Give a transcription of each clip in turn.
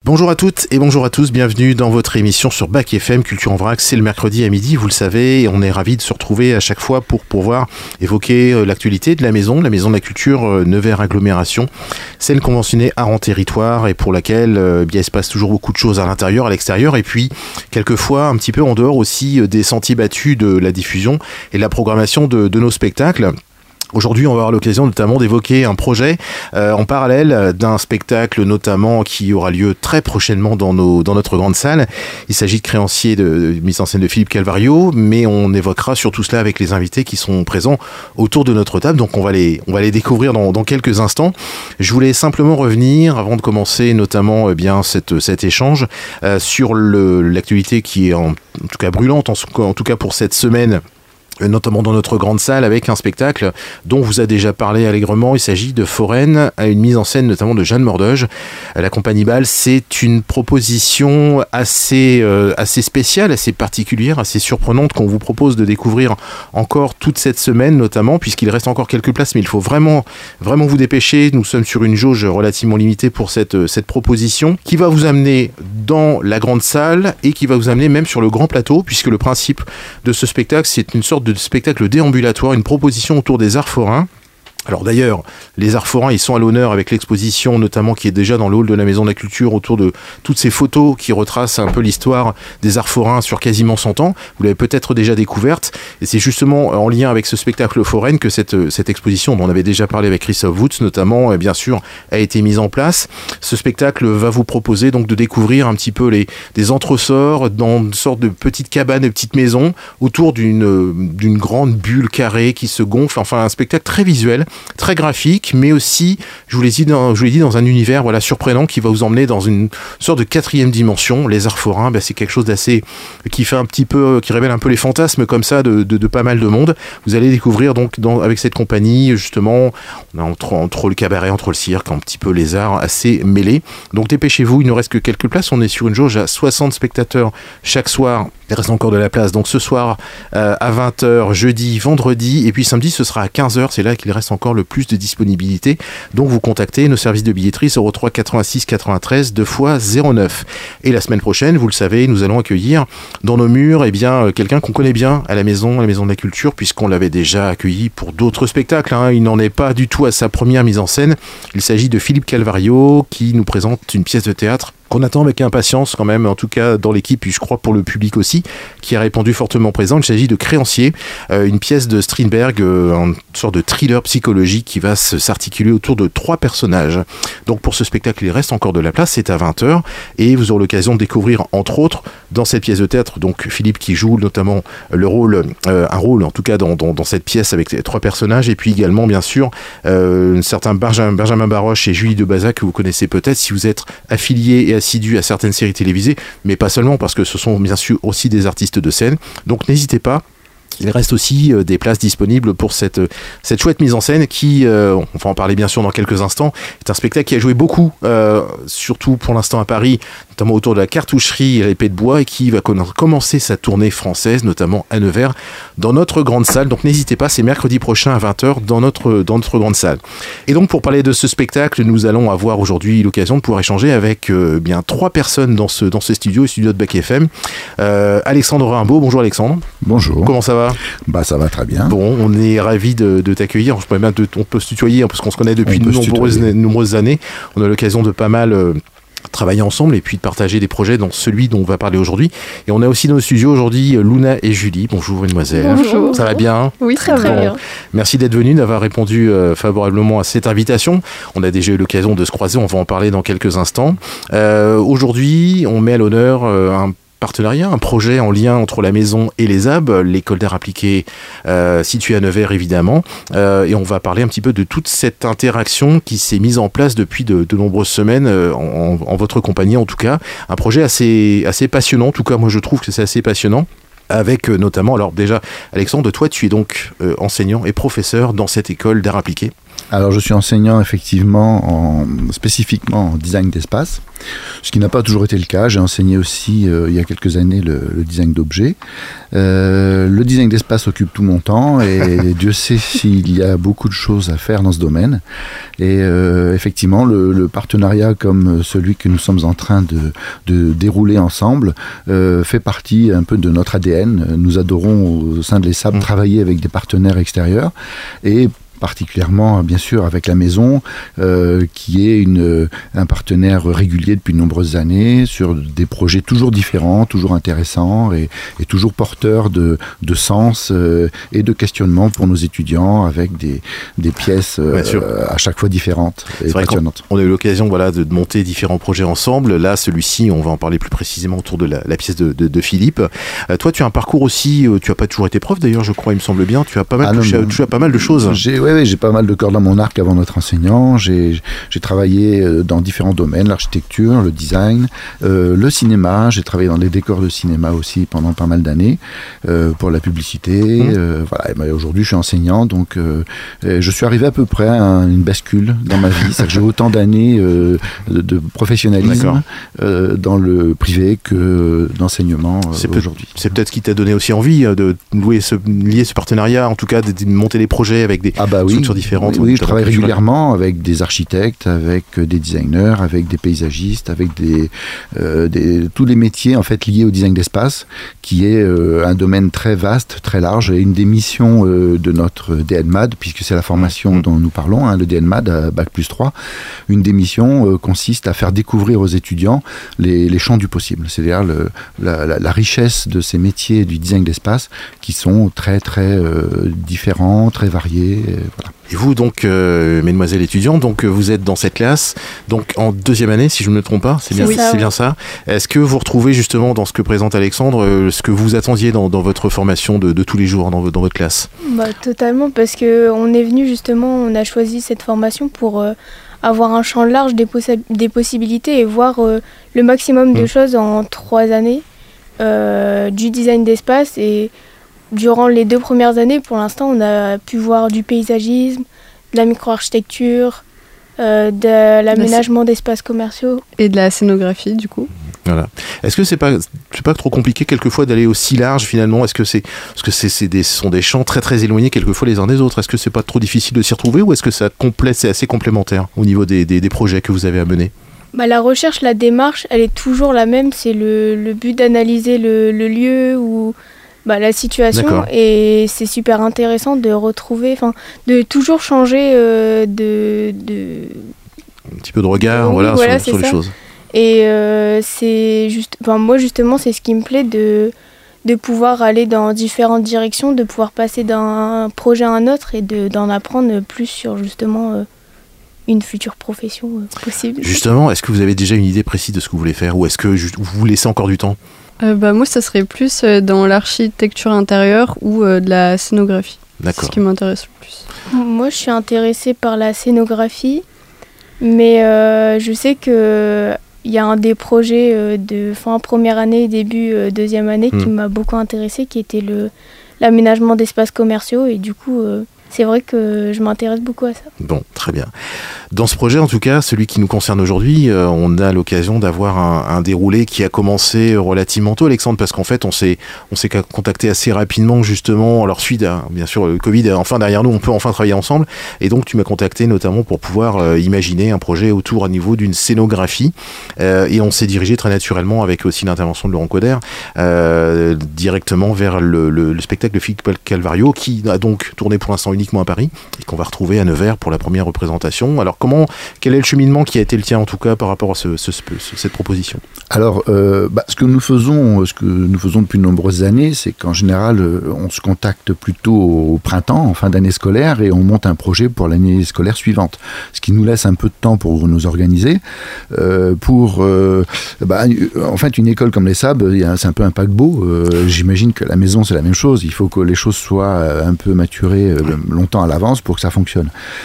Bonjour à toutes et bonjour à tous, bienvenue dans votre émission sur Bac FM Culture en Vrac. C'est le mercredi à midi, vous le savez, et on est ravis de se retrouver à chaque fois pour pouvoir évoquer l'actualité de la maison de la culture Nevers Agglomération, scène conventionnée Art en territoire et pour laquelle il se passe toujours beaucoup de choses à l'intérieur, à l'extérieur et puis quelquefois un petit peu en dehors aussi des sentiers battus de la diffusion et de la programmation de nos spectacles. Aujourd'hui, on va avoir l'occasion notamment d'évoquer un projet en parallèle d'un spectacle notamment qui aura lieu très prochainement dans notre grande salle. Il s'agit de Créanciers de mise en scène de Philippe Calvario, mais on évoquera surtout cela avec les invités qui sont présents autour de notre table. Donc on va les découvrir dans quelques instants. Je voulais simplement revenir avant de commencer notamment cet échange sur l'actualité qui est en tout cas brûlante en tout cas pour cette semaine, notamment dans notre grande salle avec un spectacle dont vous a déjà parlé allègrement. Il s'agit de Foraine, une mise en scène notamment de Jeanne Mordeuge. La compagnie Bâle, c'est une proposition assez spéciale, assez particulière, assez surprenante qu'on vous propose de découvrir encore toute cette semaine notamment, puisqu'il reste encore quelques places, mais il faut vraiment vous dépêcher. Nous sommes sur une jauge relativement limitée pour cette proposition qui va vous amener dans la grande salle et qui va vous amener même sur le grand plateau, puisque le principe de ce spectacle, c'est une sorte de spectacle déambulatoire, une proposition autour des arts forains. Alors d'ailleurs, les arts forains, ils sont à l'honneur avec l'exposition notamment qui est déjà dans le hall de la Maison de la Culture autour de toutes ces photos qui retracent un peu l'histoire des arts forains sur quasiment 100 ans. Vous l'avez peut-être déjà découverte et c'est justement en lien avec ce spectacle foraine que cette exposition, dont on avait déjà parlé avec Christophe Woods notamment, bien sûr, a été mise en place. Ce spectacle va vous proposer donc de découvrir un petit peu des entresorts dans une sorte de petite cabane, de petite maison autour d'une grande bulle carrée qui se gonfle. Enfin, un spectacle très visuel, très graphique, mais aussi, je vous l'ai dit, dans un univers surprenant qui va vous emmener dans une sorte de 4e dimension. Les arts forains, c'est quelque chose d'assez qui révèle un peu les fantasmes comme ça de pas mal de monde. Vous allez découvrir donc avec cette compagnie justement, on a entre le cabaret, entre le cirque, un petit peu les arts assez mêlés. Donc dépêchez-vous, il ne reste que quelques places. On est sur une jauge à 60 spectateurs chaque soir. Il reste encore de la place. Donc ce soir à 20h, jeudi, vendredi et puis samedi ce sera à 15h. C'est là qu'il reste encore le plus de disponibilité. Donc vous contactez nos services de billetterie 03 86 93 2 x 09. Et la semaine prochaine, vous le savez, nous allons accueillir dans nos murs quelqu'un qu'on connaît bien à la Maison de la Culture, puisqu'on l'avait déjà accueilli pour d'autres spectacles. Il n'en est pas du tout à sa première mise en scène. Il s'agit de Philippe Calvario qui nous présente une pièce de théâtre qu'on attend avec impatience quand même, en tout cas dans l'équipe, puis je crois pour le public aussi, qui a répondu fortement présent. Il s'agit de Créanciers, une pièce de Strindberg, une sorte de thriller psychologique qui va s'articuler autour de 3 personnages. Donc pour ce spectacle, il reste encore de la place, c'est à 20h, et vous aurez l'occasion de découvrir, entre autres, dans cette pièce de théâtre, donc Philippe qui joue notamment un rôle en tout cas dans cette pièce avec les 3 personnages, et puis également, bien sûr, un certain Benjamin Baroche et Julie Debazac, que vous connaissez peut-être si vous êtes affilié et assidu à certaines séries télévisées, mais pas seulement, parce que ce sont bien sûr aussi des artistes de scène. Donc n'hésitez pas. Il reste aussi des places disponibles pour cette chouette mise en scène qui, on va en parler bien sûr dans quelques instants, est un spectacle qui a joué beaucoup, surtout pour l'instant à Paris, notamment autour de la cartoucherie et l'épée de bois, et qui va commencer sa tournée française, notamment à Nevers, dans notre grande salle. Donc n'hésitez pas, c'est mercredi prochain à 20h dans notre grande salle. Et donc pour parler de ce spectacle, nous allons avoir aujourd'hui l'occasion de pouvoir échanger avec 3 personnes dans ce studio de Bac FM. Alexandre Rimbaud, bonjour Alexandre. Bonjour. Comment ça va ? Ça va très bien. Bon, on est ravis de t'accueillir. On peut se tutoyer parce qu'on se connaît depuis de nombreuses années. On a l'occasion de pas mal travailler ensemble et puis de partager des projets dans celui dont on va parler aujourd'hui. Et on a aussi dans le studio aujourd'hui Luna et Julie. Bonjour mesdemoiselles. Bonjour. Ça va bien ? Oui, très bien. Merci d'être venus, d'avoir répondu favorablement à cette invitation. On a déjà eu l'occasion de se croiser, on va en parler dans quelques instants. Aujourd'hui, on met à l'honneur un partenariat, un projet en lien entre la Maison et les AB, l'école d'art appliqué située à Nevers évidemment, et on va parler un petit peu de toute cette interaction qui s'est mise en place depuis de nombreuses semaines en votre compagnie en tout cas, un projet assez passionnant, en tout cas moi je trouve que c'est assez passionnant. Avec notamment, alors déjà Alexandre, toi tu es donc enseignant et professeur dans cette école d'art appliqué. Alors, je suis enseignant effectivement spécifiquement en design d'espace, ce qui n'a pas toujours été le cas. J'ai enseigné aussi il y a quelques années le design d'objets. Le design d'espace occupe tout mon temps et Dieu sait s'il y a beaucoup de choses à faire dans ce domaine. Et effectivement, le partenariat comme celui que nous sommes en train de dérouler ensemble fait partie un peu de notre ADN. Nous adorons au sein de l'ESAB travailler avec des partenaires extérieurs et particulièrement bien sûr avec la maison qui est un partenaire régulier depuis de nombreuses années sur des projets toujours différents, toujours intéressants et toujours porteurs de sens et de questionnement pour nos étudiants avec des pièces à chaque fois différentes et passionnantes. On a eu l'occasion de monter différents projets ensemble. Là, celui-ci, on va en parler plus précisément autour de la pièce de Philippe. Toi, tu as un parcours aussi, tu n'as pas toujours été prof d'ailleurs, je crois, il me semble bien. Tu as pas mal touché à pas mal de choses. Oui, j'ai pas mal de cordes dans mon arc avant d'être enseignant. J'ai travaillé dans différents domaines, l'architecture, le design, le cinéma. J'ai travaillé dans les décors de cinéma aussi pendant pas mal d'années pour la publicité. Voilà. Aujourd'hui, je suis enseignant, donc je suis arrivé à peu près à une bascule dans ma vie. C'est que j'ai autant d'années de professionnalisme dans le privé que d'enseignement aujourd'hui. C'est peut-être ce qui t'a donné aussi envie de lier ce partenariat, en tout cas de monter des projets avec des structures différentes. Oui, je travaille régulièrement avec des architectes, avec des designers, avec des paysagistes, avec tous les métiers en fait liés au design d'espace, qui est un domaine très vaste, très large, et une des missions de notre DNMAD, puisque c'est la formation dont nous parlons, le DNMAD à Bac+3, une des missions consiste à faire découvrir aux étudiants les champs du possible, c'est-à-dire la richesse de ces métiers du design d'espace qui sont très très différents, très variés. Voilà. Et vous donc, mesdemoiselles étudiantes, donc vous êtes dans cette classe, donc en deuxième année, si je ne me trompe pas, c'est bien ça. Est-ce que vous retrouvez justement dans ce que présente Alexandre, ce que vous attendiez dans votre formation de tous les jours dans votre classe ? Totalement, parce qu'on est venu justement, on a choisi cette formation pour avoir un champ large des possibilités et voir le maximum de choses en 3 années du design d'espace. Et durant les 2 premières années, pour l'instant, on a pu voir du paysagisme, de la micro-architecture, de l'aménagement d'espaces commerciaux. Et de la scénographie, du coup. Voilà. Est-ce que c'est pas trop compliqué quelquefois d'aller aussi large finalement ? Parce que ce sont des champs très très éloignés quelquefois les uns des autres. Est-ce que c'est pas trop difficile de s'y retrouver ou est-ce que c'est assez complémentaire au niveau des projets que vous avez à mener ? La recherche, la démarche, elle est toujours la même. C'est le but d'analyser le lieu ou la situation. D'accord. Et c'est super intéressant de retrouver, de toujours changer un petit peu de regard sur les choses. Et c'est juste, moi justement, c'est ce qui me plaît de pouvoir aller dans différentes directions, de pouvoir passer d'un projet à un autre et d'en apprendre plus sur justement une future profession possible. Justement, est-ce que vous avez déjà une idée précise de ce que vous voulez faire ou est-ce que vous vous laissez encore du temps ? Moi, ça serait plus dans l'architecture intérieure ou de la scénographie. D'accord. C'est ce qui m'intéresse le plus. Moi, je suis intéressée par la scénographie, mais je sais que il y a un des projets de fin première année, début deuxième année qui m'a beaucoup intéressée, qui était l'aménagement d'espaces commerciaux. Et du coup, c'est vrai que je m'intéresse beaucoup à ça. Bon, très bien. Dans ce projet, en tout cas, celui qui nous concerne aujourd'hui, on a l'occasion d'avoir un déroulé qui a commencé relativement tôt, Alexandre, parce qu'en fait, on s'est contacté assez rapidement, justement. Alors, suite à, bien sûr, le Covid est enfin derrière nous, on peut enfin travailler ensemble. Et donc, tu m'as contacté notamment pour pouvoir imaginer un projet autour à niveau d'une scénographie. Et on s'est dirigé très naturellement, avec aussi l'intervention de Laurent Coder, directement vers le spectacle de Philippe Calvario, qui a donc tourné pour l'instant uniquement à Paris, et qu'on va retrouver à Nevers pour la première représentation. Alors, quel est le cheminement qui a été le tien, en tout cas, par rapport à cette proposition ? Alors, ce que nous faisons depuis de nombreuses années, c'est qu'en général, on se contacte plutôt au printemps, en fin d'année scolaire, et on monte un projet pour l'année scolaire suivante. Ce qui nous laisse un peu de temps pour nous organiser. En fait, une école comme l'ESAB, c'est un peu un paquebot. J'imagine que la maison, c'est la même chose. Il faut que les choses soient un peu maturées longtemps à l'avance pour que ça fonctionne.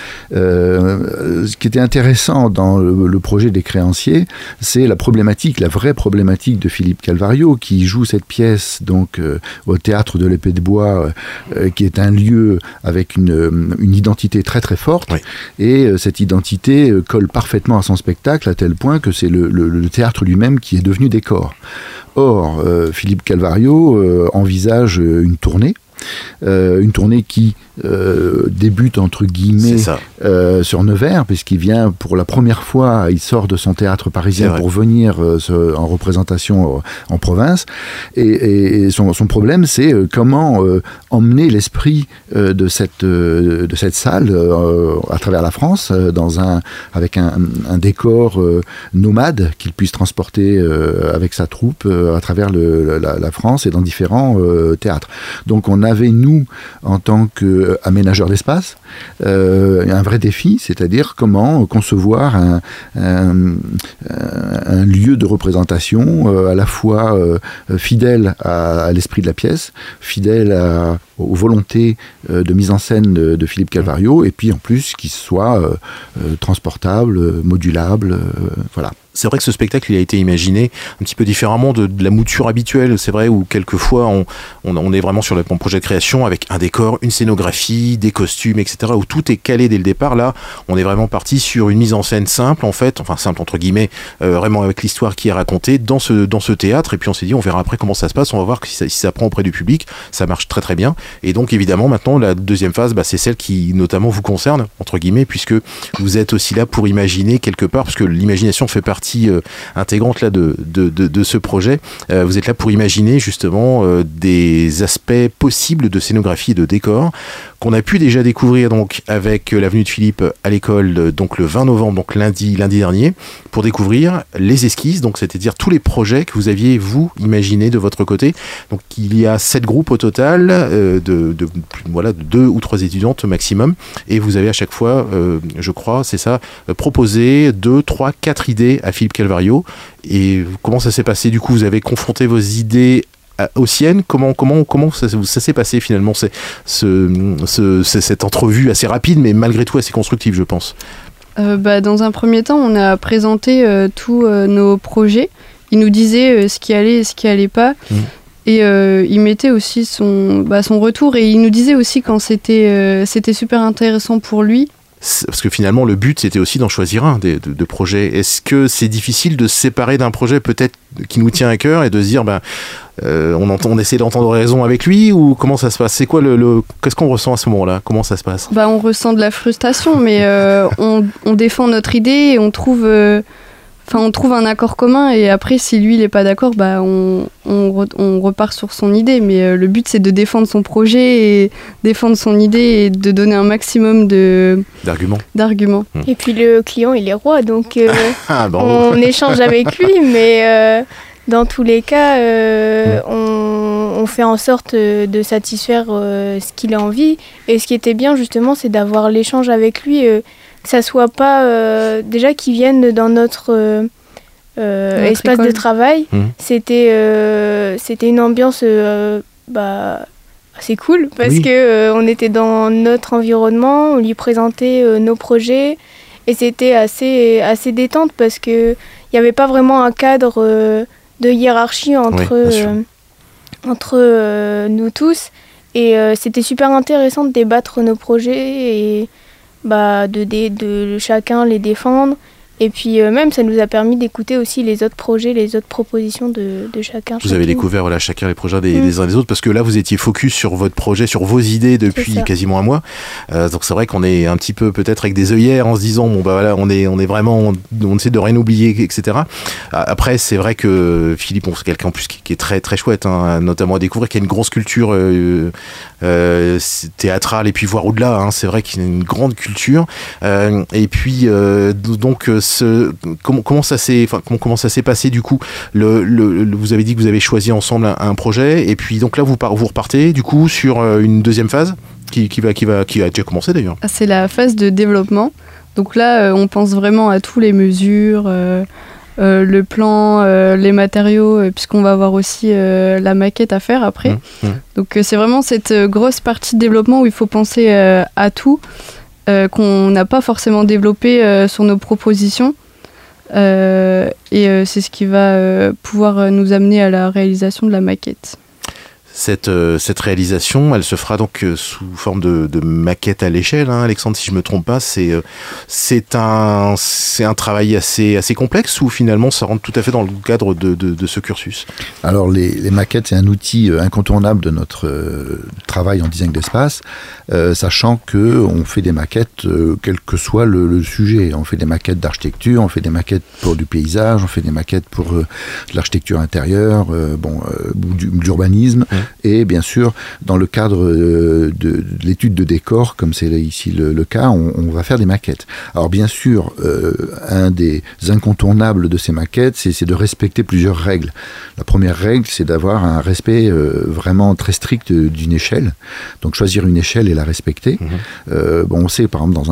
Ce qui était intéressant dans le projet des créanciers, c'est la vraie problématique de Philippe Calvario, qui joue cette pièce donc au Théâtre de l'Épée de Bois, qui est un lieu avec une identité très très forte, oui. Et cette identité colle parfaitement à son spectacle, à tel point que c'est le théâtre lui-même qui est devenu décor. Or, Philippe Calvario envisage une tournée qui débute entre guillemets sur Nevers, puisqu'il vient pour la première fois, il sort de son théâtre parisien pour venir en représentation en province, et son problème, c'est comment emmener l'esprit de cette salle à travers la France avec un décor nomade qu'il puisse transporter avec sa troupe à travers la France et dans différents théâtres. Donc on avait, nous, en tant qu'aménageurs d'espace, un vrai défi, c'est-à-dire comment concevoir un lieu de représentation à la fois fidèle à l'esprit de la pièce, fidèle aux volontés de mise en scène de Philippe Calvario, et puis en plus qui soit transportable, modulable, voilà. C'est vrai que ce spectacle, il a été imaginé un petit peu différemment de la mouture habituelle. C'est vrai, où quelquefois on est vraiment sur le projet de création avec un décor, une scénographie, des costumes, etc., où tout est calé dès le départ. Là, on est vraiment parti sur une mise en scène simple, en fait, enfin simple entre guillemets, vraiment avec l'histoire qui est racontée dans ce théâtre. Et puis on s'est dit, on verra après comment ça se passe. On va voir si ça prend auprès du public. Ça marche très très bien. Et donc évidemment, maintenant, la deuxième phase, c'est celle qui notamment vous concerne, entre guillemets, puisque vous êtes aussi là pour imaginer quelque part, parce que l'imagination fait partie intégrante là de ce projet. Vous êtes là pour imaginer justement des aspects possibles de scénographie et de décor qu'on a pu déjà découvrir donc avec l'avenue de Philippe à l'école, donc le 20 novembre, donc lundi dernier, pour découvrir les esquisses, donc c'est-à-dire tous les projets que vous aviez vous imaginés de votre côté. Donc il y a 7 groupes au total, de 2 ou 3 étudiantes maximum, et vous avez à chaque fois, je crois, c'est ça, proposé 2, 3, 4 idées à Philippe Calvario. Et comment ça s'est passé du coup? Vous avez confronté vos idées aux siennes? Comment ça s'est passé finalement, cette entrevue assez rapide mais malgré tout assez constructive, je pense? Dans un premier temps, on a présenté tous nos projets. Il nous disait ce qui allait et ce qui allait pas. Et il mettait aussi son retour, et il nous disait aussi quand c'était super intéressant pour lui. Parce que finalement, le but, c'était aussi d'en choisir un de projets. Est-ce que c'est difficile de se séparer d'un projet peut-être qui nous tient à cœur et de se dire, on essaie d'entendre raison avec lui, ou comment ça se passe? C'est quoi qu'est-ce qu'on ressent à ce moment-là? Comment ça se passe? On ressent de la frustration, mais on défend notre idée et on trouve un accord commun, et après si lui il n'est pas d'accord, on repart sur son idée, mais le but c'est de défendre son projet et défendre son idée et de donner un maximum d'arguments. Et puis le client il est roi, donc on échange avec lui, mais dans tous les cas on fait en sorte de satisfaire ce qu'il a envie. Et ce qui était bien justement, c'est d'avoir l'échange avec lui, que ça soit pas déjà qu'ils viennent dans notre espace de travail. C'était une ambiance assez cool, parce que on était dans notre environnement, on lui présentait nos projets, et c'était assez détente, parce que il n'y avait pas vraiment un cadre de hiérarchie entre nous tous, et c'était super intéressant de débattre nos projets et de chacun les défendre. Et puis même, ça nous a permis d'écouter aussi les autres projets, les autres propositions de chacun. Vous avez découvert chacun les projets des uns des autres, parce que là, vous étiez focus sur votre projet, sur vos idées depuis quasiment un mois. Donc c'est vrai qu'on est un petit peu peut-être avec des œillères en se disant, on est vraiment, on essaie de rien oublier, etc. Après, c'est vrai que Philippe, c'est quelqu'un en plus qui est très très chouette, notamment à découvrir, qui a une grosse culture théâtrale, et puis voir au-delà. C'est vrai qu'il a une grande culture. Et puis donc comment ça s'est passé du coup? Vous avez dit que vous avez choisi ensemble un projet, et puis donc là vous repartez du coup sur une deuxième phase qui a déjà commencé d'ailleurs. C'est la phase de développement. Donc là on pense vraiment à toutes les mesures, le plan, les matériaux, puisqu'on va avoir aussi la maquette à faire après. Donc c'est vraiment cette grosse partie de développement où il faut penser à tout, qu'on n'a pas forcément développé sur nos propositions. Et c'est ce qui va pouvoir nous amener à la réalisation de la maquette. Cette réalisation, elle se fera donc sous forme de maquette à l'échelle, hein, Alexandre, si je me trompe pas. C'est un travail assez complexe ou finalement ça rentre tout à fait dans le cadre de ce cursus? Alors les maquettes, c'est un outil incontournable de notre travail en design d'espace, sachant que on fait des maquettes quel que soit le sujet. On fait des maquettes d'architecture, on fait des maquettes pour du paysage, on fait des maquettes pour de l'architecture intérieure, d'urbanisme. Et bien sûr, dans le cadre de l'étude de décor, comme c'est ici le cas, on va faire des maquettes. Alors bien sûr, un des incontournables de ces maquettes, c'est de respecter plusieurs règles. La première règle, c'est d'avoir un respect vraiment très strict d'une échelle. Donc choisir une échelle et la respecter. On sait, par exemple,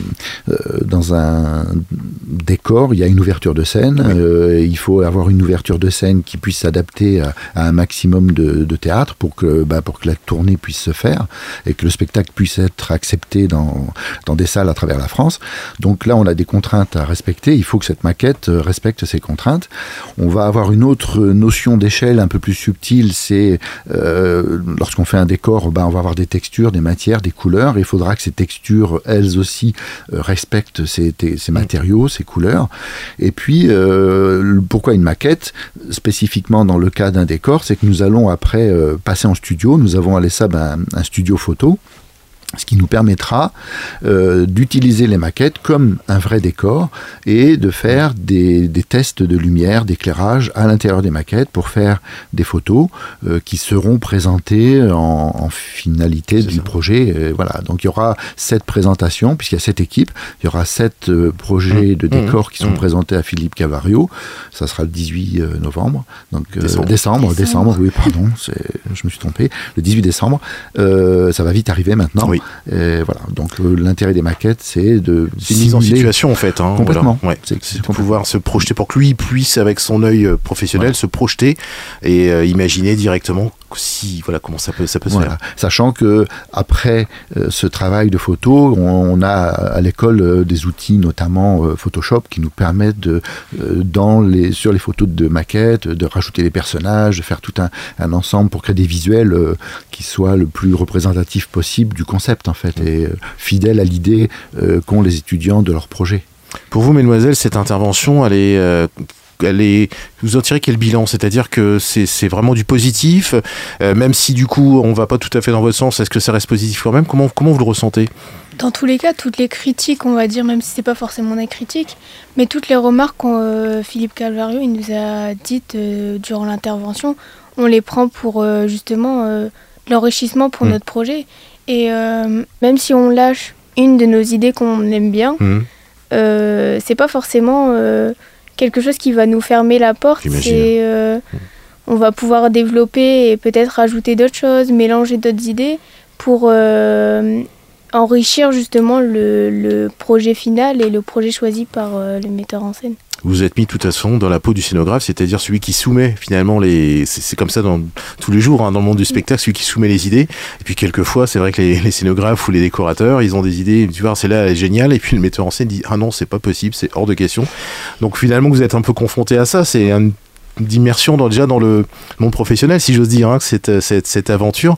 dans un décor, il y a une ouverture de scène. Il faut avoir une ouverture de scène qui puisse s'adapter à un maximum de théâtre pour que la tournée puisse se faire et que le spectacle puisse être accepté dans des salles à travers la France. Donc là, on a des contraintes à respecter. Il faut que cette maquette respecte ces contraintes. On va avoir une autre notion d'échelle un peu plus subtile, c'est lorsqu'on fait un décor, on va avoir des textures, des matières, des couleurs. Et il faudra que ces textures, elles aussi, respectent ces matériaux, ces couleurs. Et puis, pourquoi une maquette? Spécifiquement dans le cas d'un décor, c'est que nous allons après passer en studio. Nous avons à l'ESSAB un studio photo, ce qui nous permettra d'utiliser les maquettes comme un vrai décor et de faire des tests de lumière, d'éclairage à l'intérieur des maquettes pour faire des photos qui seront présentées en finalité du projet. Voilà. Donc il y aura 7 présentations, puisqu'il y a 7 équipes, il y aura 7 projets de décors qui sont présentés à Philippe Cavario. Ça sera le 18 novembre. Donc décembre, oui, pardon, je me suis trompé. Le 18 décembre. Ça va vite arriver maintenant. Oui. Voilà. Donc l'intérêt des maquettes, c'est de une mise en situation en fait. Hein, complètement. Voilà. C'est de pouvoir se projeter pour que lui puisse avec son œil professionnel se projeter et imaginer directement comment ça peut se faire. Sachant que après ce travail de photo, on a à l'école des outils, notamment Photoshop, qui nous permettent sur les photos de maquettes, de rajouter des personnages, de faire tout un ensemble pour créer des visuels qui soient le plus représentatifs possible du concept en fait, et fidèle à l'idée qu'ont les étudiants de leur projet. Pour vous, mesdemoiselles, cette intervention, vous en tirez quel bilan? C'est-à-dire que c'est vraiment du positif, même si du coup on va pas tout à fait dans votre sens, est-ce que ça reste positif quand même? Comment vous le ressentez? Dans tous les cas, toutes les critiques, on va dire, même si c'est pas forcément des critiques, mais toutes les remarques que Philippe Cavario il nous a dites durant l'intervention, on les prend pour justement l'enrichissement pour notre projet. Et même si on lâche une de nos idées qu'on aime bien, c'est pas forcément quelque chose qui va nous fermer la porte. On va pouvoir développer et peut-être rajouter d'autres choses, mélanger d'autres idées pour enrichir justement le projet final et le projet choisi par le metteur en scène. Vous êtes mis de toute façon dans la peau du scénographe, c'est-à-dire celui qui soumet finalement c'est comme ça dans tous les jours, hein, dans le monde du spectacle, celui qui soumet les idées. Et puis quelquefois, c'est vrai que les scénographes ou les décorateurs, ils ont des idées, tu vois, celle-là elle est géniale, et puis le metteur en scène dit ah non, c'est pas possible, c'est hors de question. Donc finalement, vous êtes un peu confronté à ça, c'est d'immersion déjà dans le monde professionnel, si j'ose dire, hein, cette aventure.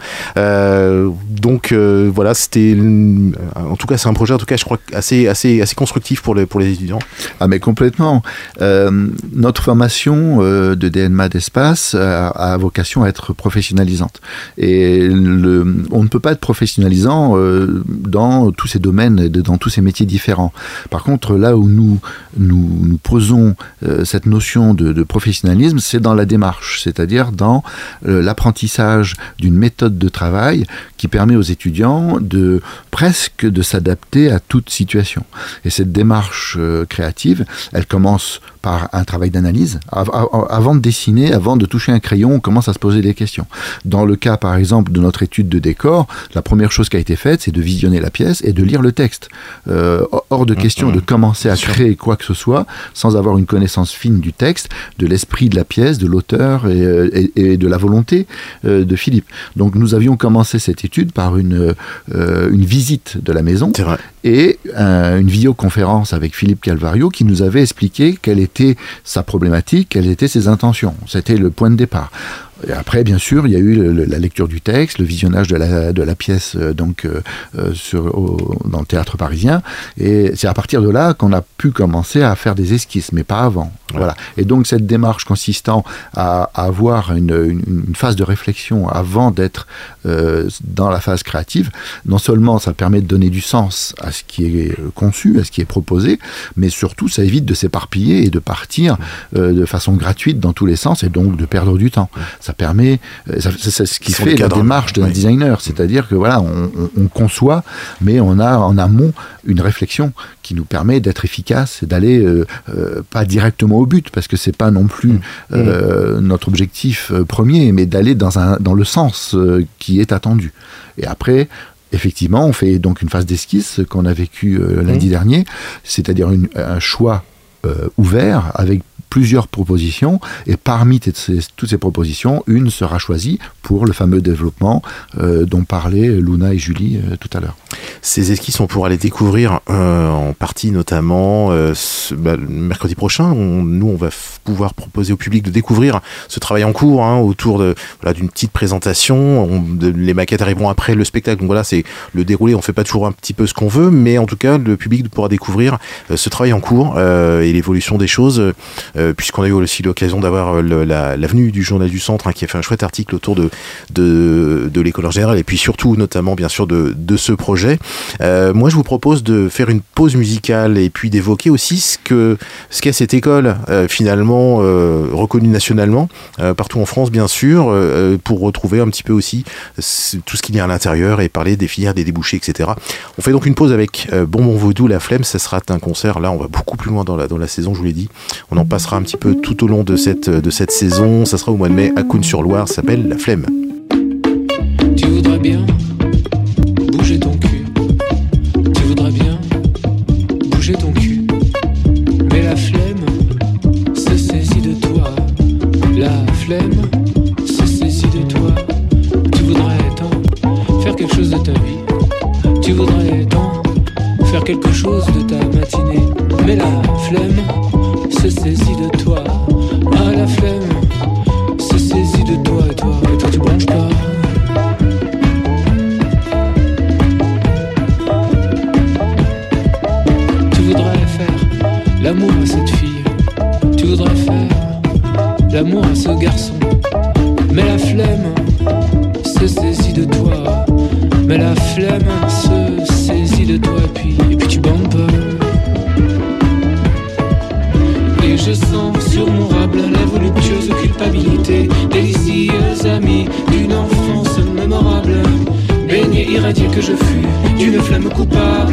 Voilà, c'était en tout cas c'est un projet, en tout cas je crois assez constructif pour les étudiants. Ah mais complètement. Notre formation de DNMA d'espace a vocation à être professionnalisante. Et on ne peut pas être professionnalisant dans tous ces domaines, dans tous ces métiers différents. Par contre, là où nous posons cette notion de professionnalisme, c'est dans la démarche, c'est-à-dire dans l'apprentissage d'une méthode de travail qui permet aux étudiants de s'adapter à toute situation. Et cette démarche créative, elle commence par un travail d'analyse. Avant de dessiner, avant de toucher un crayon, on commence à se poser des questions. Dans le cas, par exemple, de notre étude de décor, la première chose qui a été faite, c'est de visionner la pièce et de lire le texte. Hors de question de commencer à créer quoi que ce soit sans avoir une connaissance fine du texte, de l'esprit de la pièce, de l'auteur et de la volonté de Philippe. Donc nous avions commencé cette étude par une visite de la maison et une vidéoconférence avec Philippe Calvario qui nous avait expliqué quelle était sa problématique, quelles étaient ses intentions. C'était le point de départ. Et après, bien sûr, il y a eu la lecture du texte, le visionnage de la pièce dans le théâtre parisien. Et c'est à partir de là qu'on a pu commencer à faire des esquisses, mais pas avant. Ouais. Voilà. Et donc cette démarche consistant à avoir une phase de réflexion avant d'être dans la phase créative, non seulement ça permet de donner du sens à ce qui est conçu, à ce qui est proposé, mais surtout ça évite de s'éparpiller et de partir de façon gratuite dans tous les sens et donc de perdre du temps. Ça permet, c'est ce qui fait la démarche d'un designer, c'est-à-dire que voilà, on conçoit, mais on a en amont une réflexion qui nous permet d'être efficace et d'aller pas directement au but, parce que c'est pas non plus notre objectif premier, mais d'aller dans le sens qui est attendu. Et après, effectivement, on fait donc une phase d'esquisse qu'on a vécu lundi dernier, c'est-à-dire un choix ouvert avec plusieurs propositions, et parmi toutes ces propositions, une sera choisie pour le fameux développement dont parlaient Luna et Julie tout à l'heure. Ces esquisses, on pourra les découvrir en partie notamment le mercredi prochain. Nous, on va pouvoir proposer au public de découvrir ce travail en cours autour d'une petite présentation. Les maquettes arriveront après le spectacle. Donc voilà, c'est le déroulé. On ne fait pas toujours un petit peu ce qu'on veut, mais en tout cas, le public pourra découvrir ce travail en cours et l'évolution des choses. Puisqu'on a eu aussi l'occasion d'avoir l'avenue du Journal du Centre qui a fait un chouette article autour de l'école en général et puis surtout notamment bien sûr de ce projet. Moi je vous propose de faire une pause musicale et puis d'évoquer aussi ce qu'est cette école finalement reconnue nationalement partout en France bien sûr pour retrouver un petit peu aussi tout ce qu'il y a à l'intérieur et parler des filières, des débouchés, etc. On fait donc une pause avec Bonbon Vaudou, La Flemme. Ça sera un concert, là on va beaucoup plus loin dans la saison, je vous l'ai dit. On en passera un petit peu tout au long de cette saison. Ça sera au mois de mai à Cosne-sur-Loire. Ça s'appelle La Flemme. Tu voudrais bien bouger ton cul. Tu voudrais bien bouger ton cul. Mais la flemme se saisit de toi. La flemme se saisit de toi. Tu voudrais tant faire quelque chose de ta vie. Tu voudrais tant faire quelque chose de ta matinée. Mais la flemme se saisit de toi. Ah, la flemme se saisit de toi. Et toi tu branches pas. Tu voudrais faire l'amour à cette fille. Tu voudrais faire l'amour à ce garçon. Mais la flemme se saisit de toi. Mais la flemme se saisit de toi. Et puis tu bandes pas. Et je sens sur mon rable la voluptueuse culpabilité, délicieuse amie d'une enfance mémorable, baignée irradiée que je fus d'une flamme coupable.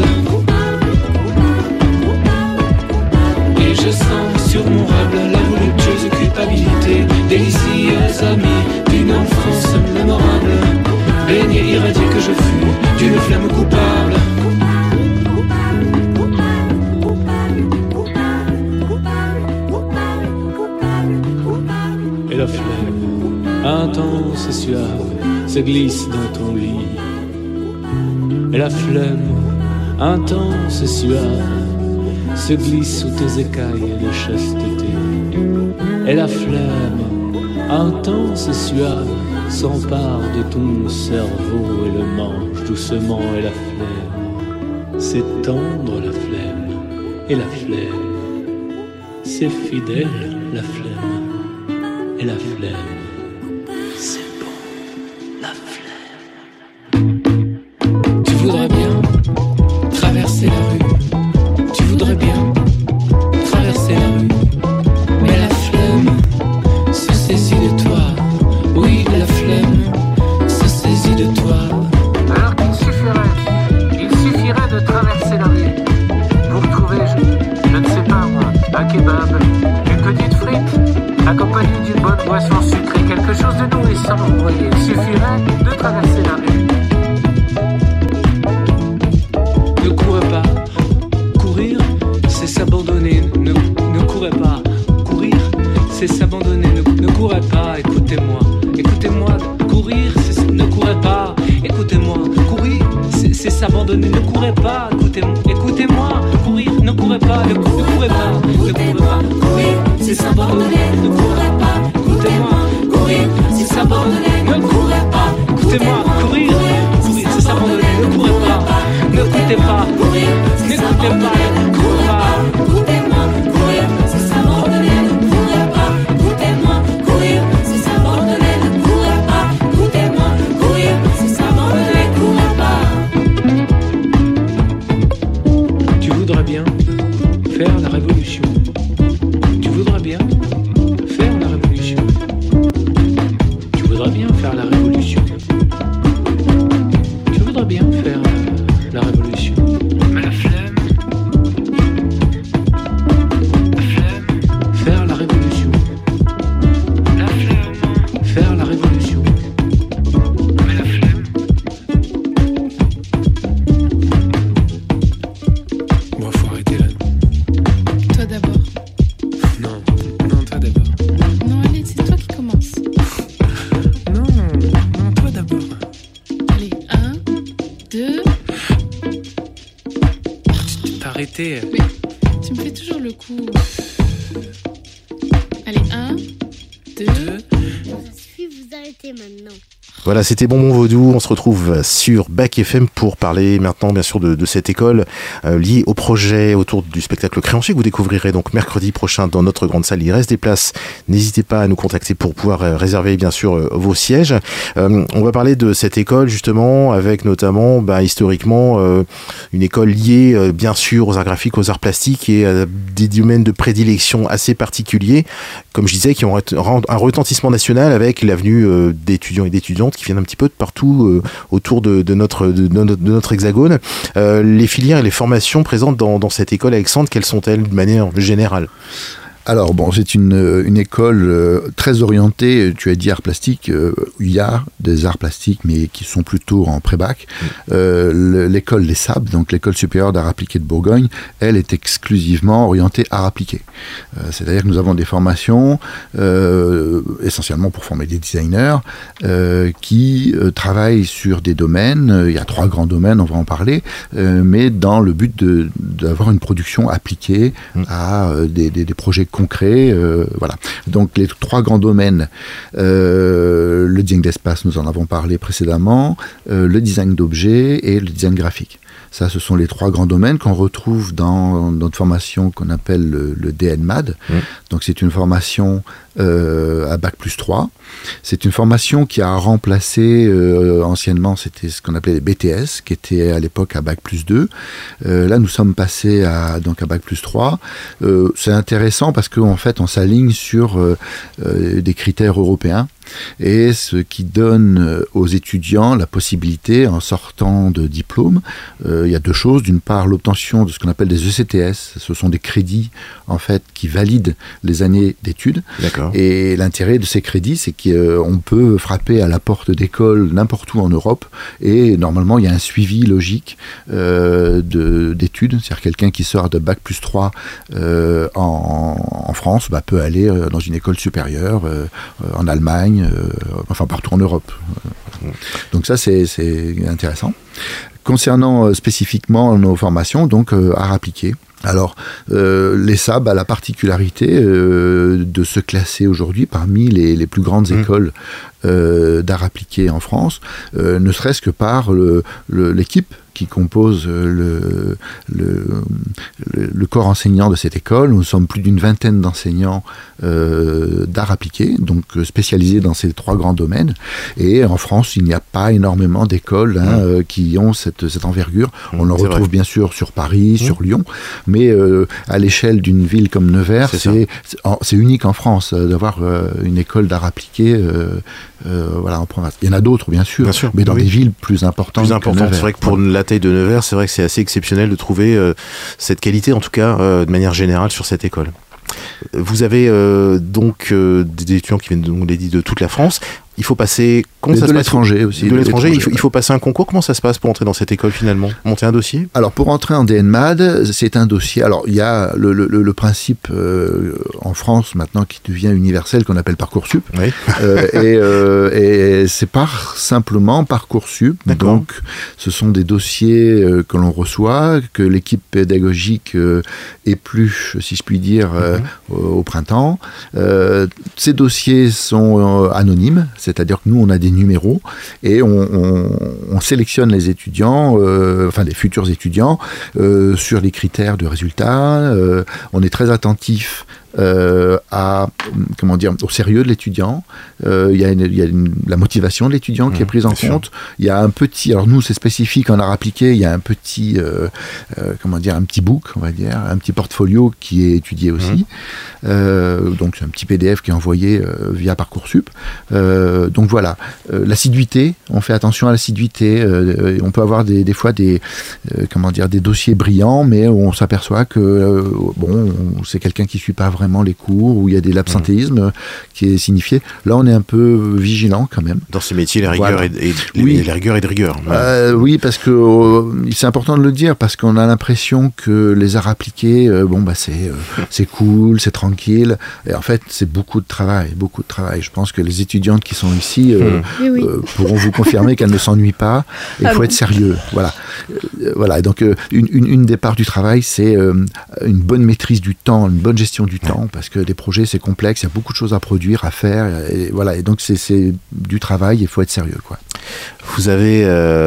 Et je sens sur mon rable la voluptueuse culpabilité, délicieuse amie d'une enfance mémorable, baignée irradiée que je fus d'une flamme coupable. Et la flemme, intense et suave, se glisse dans ton lit. Et la flemme, intense et suave, se glisse sous tes écailles de chasteté. Et la flemme, intense et suave, s'empare de ton cerveau et le mange doucement. Et la flemme, c'est tendre la flemme. Et la flemme, c'est fidèle la flemme. Et la flemme, c'est bon, la flemme. Tu voudrais bien traverser la rue. Tu voudrais bien traverser la rue. Mais la flemme se saisit de toi. Oui, la flemme se saisit de toi. Alors qu'il suffirait de traverser la rue pour trouver, je ne sais pas moi, un kebab. boisson sucrée, quelque chose de nourrissant, vous voyez. Il suffirait de traverser la rue. Ne courez pas. Courir, c'est s'abandonner. Ne courez pas. Courir, c'est s'abandonner. Ne courez pas, écoutez-moi. Écoutez-moi, courir, c'est ne courez pas. Écoutez-moi, courir, c'est s'abandonner. Ne courez pas, écoutez-moi. Courir, ne courez pas, ne courez pas. Ne courez pas, courir, c'est s'abandonner. Ne courez pas, écoutez-moi. Courir, c'est s'abandonner. Ne courez pas, écoutez-moi. Courir, c'est s'abandonner. Ne courez pas, n'écoutez pas. N'écoutez pas, ne courez pas. Écoutez-moi, courir, c'est s'abandonner. Ne courez pas, écoutez-moi. Courir, c'est s'abandonner. Ne courez pas, écoutez-moi. Courir, c'est s'abandonner. Courez pas. Tu voudrais bien faire la révolution. Tu voudrais bien faire la révolution. Tu voudrais bien faire la révolution. Tu voudrais bien faire la révolution. Mais la flemme. Faire la révolution. La flemme. Faire la révolution. Mais la flemme. Bon, faut arrêter là. Toi d'abord. Non, toi d'abord. Non, allez, c'est toi qui commence. Non, toi d'abord. Allez, 1, 2. T'as arrêté. Mais tu me fais toujours le coup. Allez, 1, 2. Ça suffit, vous arrêtez maintenant. Voilà, c'était Bonbon Vaudou. On se retrouve sur Bac FM pour parler maintenant, bien sûr, de cette école liée au projet autour du spectacle Créancier que vous découvrirez donc mercredi prochain dans notre grande salle. Il reste des places. N'hésitez pas à nous contacter pour pouvoir réserver, bien sûr, vos sièges. On va parler de cette école, justement, avec notamment, historiquement, une école liée, bien sûr, aux arts graphiques, aux arts plastiques et à des domaines de prédilection assez particuliers, comme je disais, qui ont un retentissement national avec l'avenue d'étudiants et d'étudiantes qui viennent un petit peu de partout autour de notre hexagone. Les filières et les formations présentes dans cette école, Alexandre, quelles sont-elles de manière générale ? Alors bon, c'est une école très orientée, tu as dit arts plastiques, il y a des arts plastiques mais qui sont plutôt en pré-bac. L'école Les Sables, donc l'école supérieure d'art appliqué de Bourgogne, elle est exclusivement orientée art appliqué. C'est-à-dire que nous avons des formations essentiellement pour former des designers qui travaillent sur des domaines, il y a 3 grands domaines, on va en parler, mais dans le but d'avoir une production appliquée à des projets concret, voilà. Donc les 3 grands domaines, le design d'espace, nous en avons parlé précédemment, le design d'objets et le design graphique. Ça, ce sont les 3 grands domaines qu'on retrouve dans notre formation qu'on appelle le DNMAD. Donc c'est une formation à Bac+3. C'est une formation qui a remplacé, anciennement c'était ce qu'on appelait les BTS, qui étaient à l'époque à Bac+2. Là nous sommes passés à Bac+3. C'est intéressant parce qu'en fait on s'aligne sur des critères européens, et ce qui donne aux étudiants la possibilité, en sortant de diplôme, il y a 2 choses. D'une part, l'obtention de ce qu'on appelle des ECTS, ce sont des crédits en fait qui valident les années d'études. D'accord. Et l'intérêt de ces crédits, c'est qu'on peut frapper à la porte d'écoles n'importe où en Europe, et normalement il y a un suivi logique d'études. C'est-à-dire quelqu'un qui sort de Bac+3 en France peut aller dans une école supérieure en Allemagne, enfin partout en Europe. Donc ça c'est intéressant. Concernant spécifiquement nos formations, donc art appliqué. Alors, les SAB a la particularité de se classer aujourd'hui parmi les plus grandes écoles d'art appliqué en France, ne serait-ce que par l'équipe qui compose le corps enseignant de cette école. Nous sommes plus d'une vingtaine d'enseignants d'art appliqué, donc spécialisés dans ces 3 grands domaines. Et en France, il n'y a pas énormément d'écoles qui ont cette envergure. On en retrouve bien sûr sur Paris, sur Lyon, mais à l'échelle d'une ville comme Nevers, c'est unique en France d'avoir une école d'art appliqué voilà, en province. Il y en a d'autres, bien sûr, mais dans des villes plus importantes. C'est vrai que pour la taille de Nevers, c'est vrai que c'est assez exceptionnel de trouver cette qualité, en tout cas, de manière générale, sur cette école. Vous avez donc des étudiants qui viennent, on l'a dit, de toute la France. Il faut passer... Comment ça se passe ? L'étranger aussi. De l'étranger, il faut passer un concours. Comment ça se passe pour entrer dans cette école finalement ? Monter un dossier ? Alors pour entrer en DNMAD, c'est un dossier. Alors il y a le principe en France maintenant qui devient universel qu'on appelle Parcoursup. Oui. Et c'est simplement Parcoursup. D'accord. Donc ce sont des dossiers que l'on reçoit, que l'équipe pédagogique épluche, si je puis dire, au printemps. Ces dossiers sont anonymes. C'est-à-dire que nous, on a des numéros et on sélectionne les étudiants, enfin les futurs étudiants, sur les critères de résultats. On est très attentif au sérieux de l'étudiant. Il y a la motivation de l'étudiant qui est prise en compte. Il y a un petit, alors nous c'est spécifique en art appliqué, il y a un petit, un petit book, on va dire, un petit portfolio qui est étudié aussi. Donc c'est un petit PDF qui est envoyé via Parcoursup. Donc voilà, l'assiduité, on fait attention à l'assiduité. On peut avoir des fois des dossiers brillants, mais on s'aperçoit que c'est quelqu'un qui suit pas vraiment les cours, où il y a de l'absentéisme qui est signifié. Là, on est un peu vigilant quand même. Dans ce métier, la rigueur, voilà. la rigueur est de rigueur. Oui, parce que c'est important de le dire, parce qu'on a l'impression que les arts appliqués, c'est cool, c'est tranquille. Et en fait, c'est beaucoup de travail. Je pense que les étudiantes qui sont ici pourront vous confirmer qu'elles ne s'ennuient pas. Il faut être sérieux. Voilà. Donc, une des parts du travail, c'est une bonne maîtrise du temps, une bonne gestion du temps, parce que les projets, c'est complexe, il y a beaucoup de choses à produire, à faire, et voilà. Et donc, c'est du travail, il faut être sérieux, quoi. Vous avez,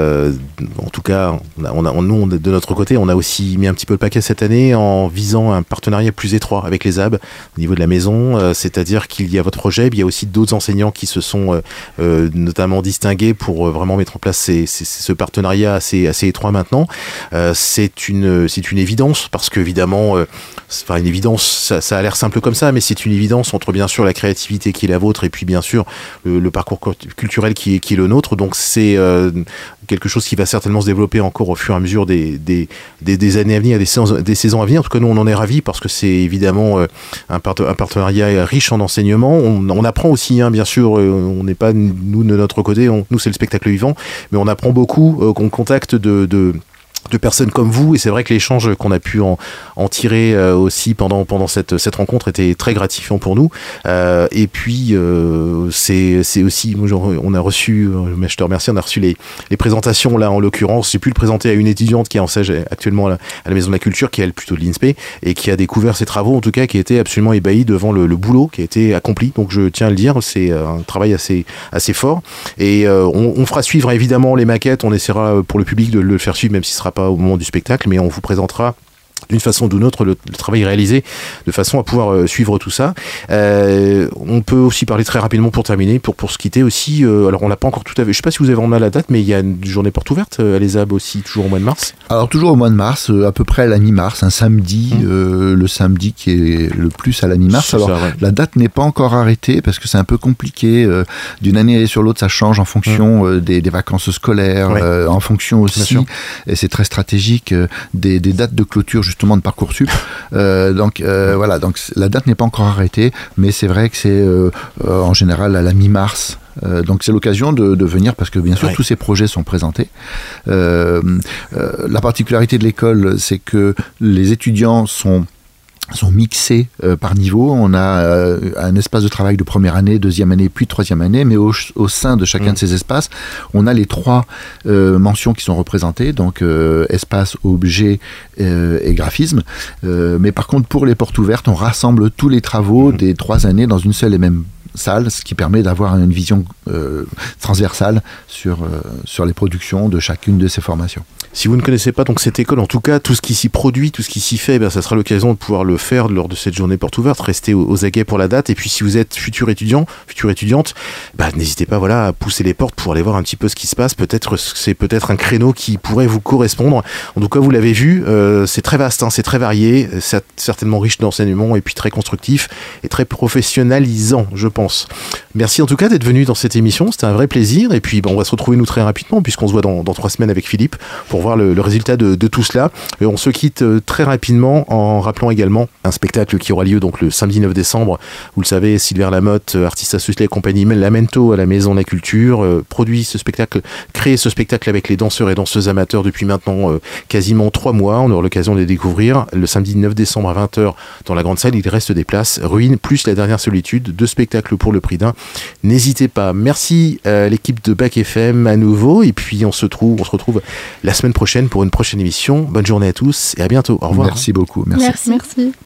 en tout cas, nous, de notre côté, on a aussi mis un petit peu le paquet cette année en visant un partenariat plus étroit avec les AB au niveau de la maison. C'est-à-dire qu'il y a votre projet, mais il y a aussi d'autres enseignants qui se sont notamment distingués pour vraiment mettre en place ce partenariat assez étroit maintenant. C'est une évidence, parce qu'évidemment, une évidence, ça a l'air simple comme ça, mais c'est une évidence entre bien sûr la créativité qui est la vôtre et puis bien sûr le parcours culturel qui est le nôtre. Donc c'est quelque chose qui va certainement se développer encore au fur et à mesure des années à venir, des saisons à venir. En tout cas, nous, on en est ravis parce que c'est évidemment un partenariat riche en enseignement. On apprend aussi, bien sûr, on n'est pas, nous, de notre côté, nous, c'est le spectacle vivant, mais on apprend beaucoup au contact de personnes comme vous, et c'est vrai que l'échange qu'on a pu en tirer aussi pendant cette rencontre était très gratifiant pour nous. Et puis c'est aussi, on a reçu, mais je te remercie, on a reçu les présentations là en l'occurrence. J'ai pu le présenter à une étudiante qui est en stage actuellement à la Maison de la Culture, qui est elle plutôt de l'INSPE, et qui a découvert ses travaux, en tout cas qui était absolument ébahi devant le boulot qui a été accompli. Donc je tiens à le dire, c'est un travail assez fort. Et on fera suivre évidemment les maquettes, on essaiera pour le public de le faire suivre, même si ce sera pas au moment du spectacle, mais on vous présentera d'une façon ou d'une autre le travail réalisé de façon à pouvoir suivre tout ça. On peut aussi parler très rapidement pour terminer, pour se quitter aussi. Alors on l'a pas encore tout à fait, je sais pas si vous avez en a la date, mais il y a une journée porte ouverte à l'ESAB aussi, toujours au mois de mars. Alors toujours au mois de mars, à peu près à la mi-mars, un samedi, le samedi qui est le plus à la mi-mars. Alors la date n'est pas encore arrêtée parce que c'est un peu compliqué. D'une année sur l'autre, ça change en fonction des vacances scolaires, en fonction aussi, et c'est très stratégique, des dates de clôture justement de Parcoursup. Donc la date n'est pas encore arrêtée, mais c'est vrai que c'est en général à la mi-mars. Donc c'est l'occasion de venir, parce que bien sûr tous ces projets sont présentés. La particularité de l'école, c'est que les étudiants sont mixés par niveau. On a un espace de travail de première année, deuxième année, puis troisième année, mais au sein de chacun de ces espaces, on a les trois mentions qui sont représentées, donc espace, objet et graphisme. Mais par contre, pour les portes ouvertes, on rassemble tous les travaux des 3 années dans une seule et même salle, ce qui permet d'avoir une vision transversale sur les productions de chacune de ces formations. Si vous ne connaissez pas donc cette école, en tout cas, tout ce qui s'y produit, tout ce qui s'y fait, ça sera l'occasion de pouvoir le faire lors de cette journée porte ouverte. Restez aux aguets pour la date. Et puis, si vous êtes futur étudiant, future étudiante, n'hésitez pas à pousser les portes pour aller voir un petit peu ce qui se passe. C'est peut-être un créneau qui pourrait vous correspondre. En tout cas, vous l'avez vu, c'est très vaste, c'est très varié, c'est certainement riche d'enseignement et puis très constructif et très professionnalisant, je pense. France. Merci en tout cas d'être venu dans cette émission, c'était un vrai plaisir. Et puis on va se retrouver nous très rapidement, puisqu'on se voit dans 3 semaines avec Philippe pour voir le résultat de tout cela. Et on se quitte très rapidement en rappelant également un spectacle qui aura lieu donc le samedi 9 décembre. Vous le savez, Sylvain Lamotte, artiste associé et compagnie Lamento à la Maison de la Culture, crée ce spectacle avec les danseurs et danseuses amateurs depuis maintenant quasiment 3 mois. On aura l'occasion de les découvrir le samedi 9 décembre à 20h dans la grande salle. Il reste des places. Ruine plus La Dernière Solitude, 2 spectacles pour le prix d'un. N'hésitez pas. Merci à l'équipe de Bac FM à nouveau. Et puis on se retrouve la semaine prochaine pour une prochaine émission. Bonne journée à tous et à bientôt. Au revoir. Merci beaucoup. Merci. Merci.